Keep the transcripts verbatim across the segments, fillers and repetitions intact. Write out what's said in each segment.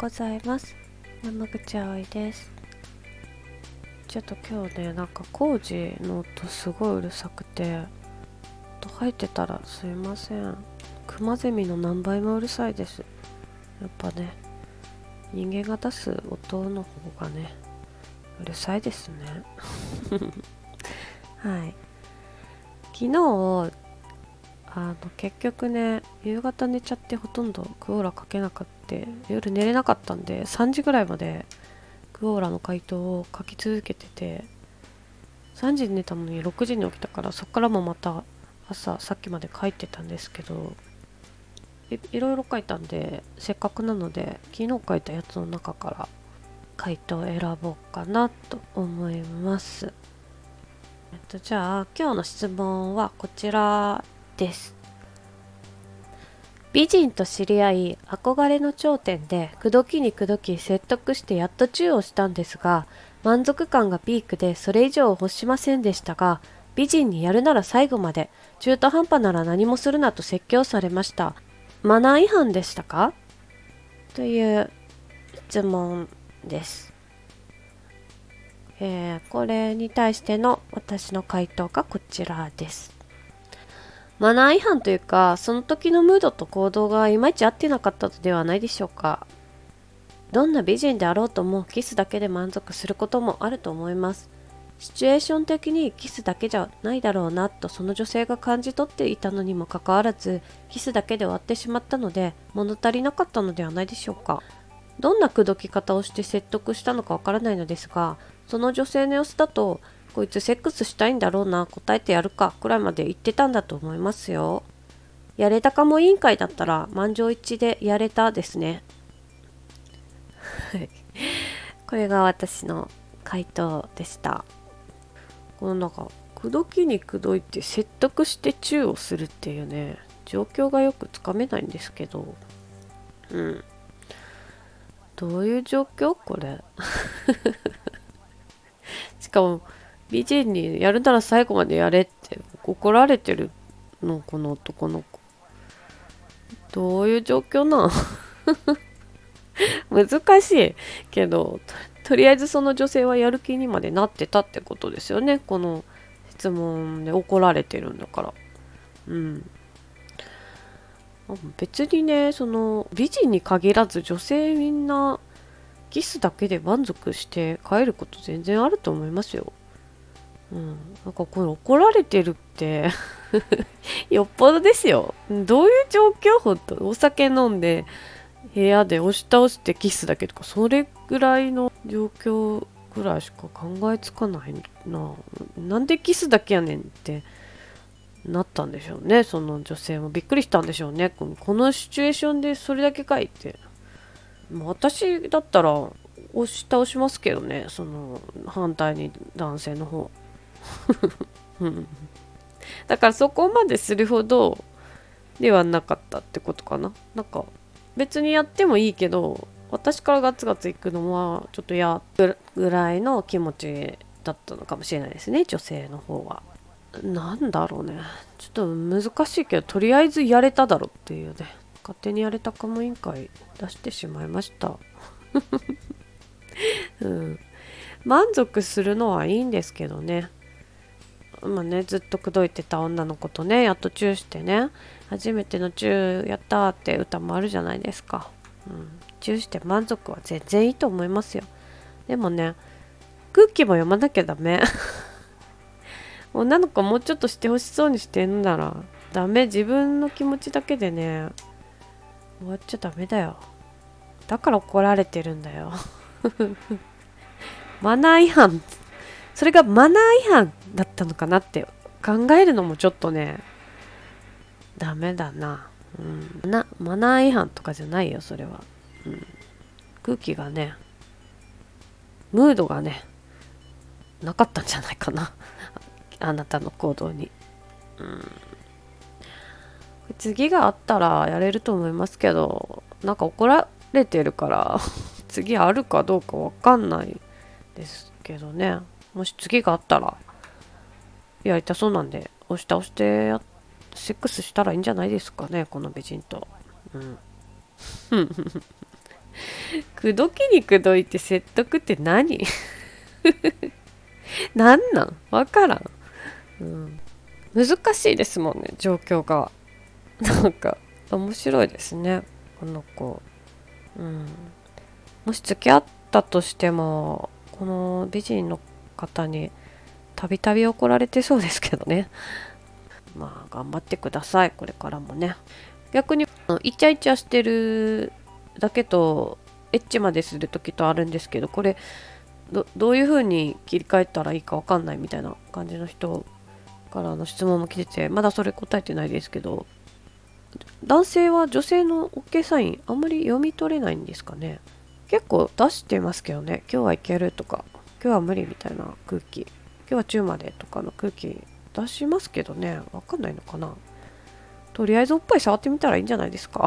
ございます。山口葵です。ちょっと今日ね、なんか工事の音すごいうるさくて、音入ってたらすいません。クマゼミの何倍もうるさいです。やっぱね、人間が出す音の方がね、うるさいですね。はい。昨日あの結局ね、夕方寝ちゃってほとんどクオーラかけなかった。夜寝れなかったんでさんじぐらいまでクオーラの回答を書き続けてて、さんじに寝たのにろくじに起きたから、そっからもまた朝さっきまで書いてたんですけど、 い, いろいろ書いたんで、せっかくなので昨日書いたやつの中から回答を選ぼうかなと思います。えっとじゃあ今日の質問はこちらです。美人と知り合い、憧れの頂点で口説きに口説き説得してやっとチューをしたんですが、満足感がピークでそれ以上欲しませんでしたが、美人にやるなら最後まで、中途半端なら何もするなと説教されました。マナー違反でしたか？という質問です。えー、これに対しての私の回答がこちらです。マナー違反というか、その時のムードと行動がいまいち合ってなかったのではないでしょうか。どんな美人であろうともキスだけで満足することもあると思います。シチュエーション的にキスだけじゃないだろうなとその女性が感じ取っていたのにもかかわらず、キスだけで終わってしまったので物足りなかったのではないでしょうか。どんな口説き方をして説得したのかわからないのですが、その女性の様子だと、こいつセックスしたいんだろうな、答えてやるかくらいまで言ってたんだと思いますよ。やれたかも委員会だったら満場一致でやれたですね。これが私の回答でした。このなんか口説きに口説いて説得してチューをするっていうね、状況がよくつかめないんですけど、うんどういう状況これ。しかも美人にやるなら最後までやれって怒られてるの、この男の子。どういう状況なん難しいけど、 と, とりあえずその女性はやる気にまでなってたってことですよね。この質問で怒られてるんだから。うん別にね、その美人に限らず女性みんなキスだけで満足して帰ること全然あると思いますよ。うん、なんかこれ怒られてるってよっぽどですよ。どういう状況？ほんとお酒飲んで部屋で押し倒してキスだけとか、それぐらいの状況ぐらいしか考えつかないな。なんでキスだけやねんってなったんでしょうね。その女性もびっくりしたんでしょうね。この、このシチュエーションでそれだけかいって。私だったら押し倒しますけどね。その反対に男性の方だからそこまでするほどではなかったってことかな。なんか別にやってもいいけど、私からガツガツ行くのはちょっとやぐらいの気持ちだったのかもしれないですね、女性の方は。なんだろうね、ちょっと難しいけど、とりあえずやれただろっていうね、勝手にやれたかも委員会出してしまいました。うん、満足するのはいいんですけどね。まあね、ずっと口説いてた女の子とね、やっとチューしてね、初めてのチューやったーって歌もあるじゃないですか。うん、チューして満足は全然いいと思いますよ。でもね、空気も読まなきゃダメ。女の子もうちょっとしてほしそうにしてんならダメ。自分の気持ちだけでね、終わっちゃダメだよ。だから怒られてるんだよ。マナー違反。それがマナー違反だったのかなって考えるのもちょっとね、ダメだな。うん、なマナー違反とかじゃないよ、それは。うん、空気がね、ムードがね、なかったんじゃないかな。あなたの行動に。うん、次があったらやれると思いますけど、なんか怒られてるから次あるかどうかわかんないですけどね。もし次があったらやりたそうなんで、押し倒してやセックスしたらいいんじゃないですかね、この美人と。うん口説きに口説いて説得って何なんなんわからん、うん、難しいですもんね、状況が。なんか面白いですね、この子。うん、もし付き合ったとしても、この美人の方にたびたび怒られてそうですけどね。まあ頑張ってください、これからもね。逆にイチャイチャしてるだけとエッチまでする時とあるんですけど、これ ど, どういう風に切り替えたらいいかわかんないみたいな感じの人からの質問も来てて、まだそれ答えてないですけど、男性は女性の OK サインあんまり読み取れないんですかね。結構出してますけどね。今日はいけるとか、今日は無理みたいな空気、今日は中までとかの空気出しますけどね。わかんないのかな。とりあえずおっぱい触ってみたらいいんじゃないですか。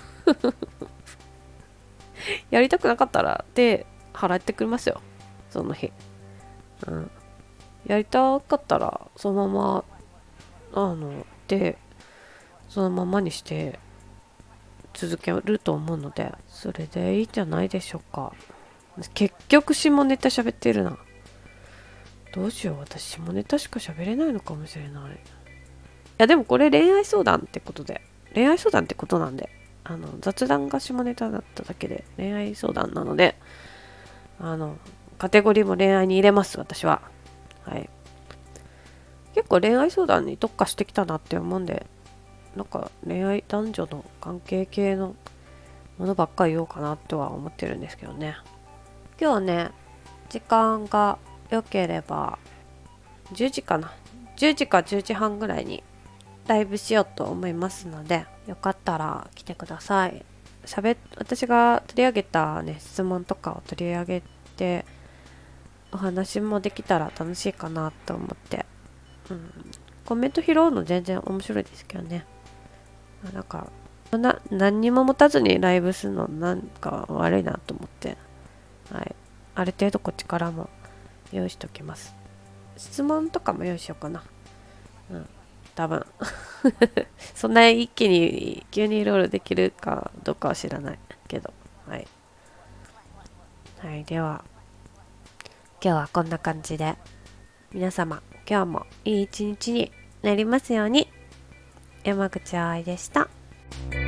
やりたくなかったら手払ってくれますよ、その日。うん。やりたかったらそのままあの手そのままにして続けると思うので、それでいいんじゃないでしょうか。結局下ネタ喋ってるな。どうしよう、私下ネタしか喋れないのかもしれない。いやでもこれ恋愛相談ってことで、恋愛相談ってことなんで、あの雑談が下ネタだっただけで恋愛相談なので、あのカテゴリーも恋愛に入れます私は。はい。結構恋愛相談に特化してきたなって思うんで、なんか恋愛男女の関係系のものばっかり言おうかなとは思ってるんですけどね。今日ね、時間が良ければじゅうじかな、じゅうじかじゅうじはんぐらいにライブしようと思いますので、よかったら来てください。しゃべ私が取り上げたね質問とかを取り上げてお話もできたら楽しいかなと思って、うん、コメント拾うの全然面白いですけどね。なんかな何にも持たずにライブするのなんか悪いなと思って、はい、ある程度こっちからも用意しときます。質問とかも用意しようかな。うん、多分そんな一気に急にいろいろできるかどうかは知らないけど、はい、はい、では今日はこんな感じで、皆様今日もいい一日になりますように。山口葵でした。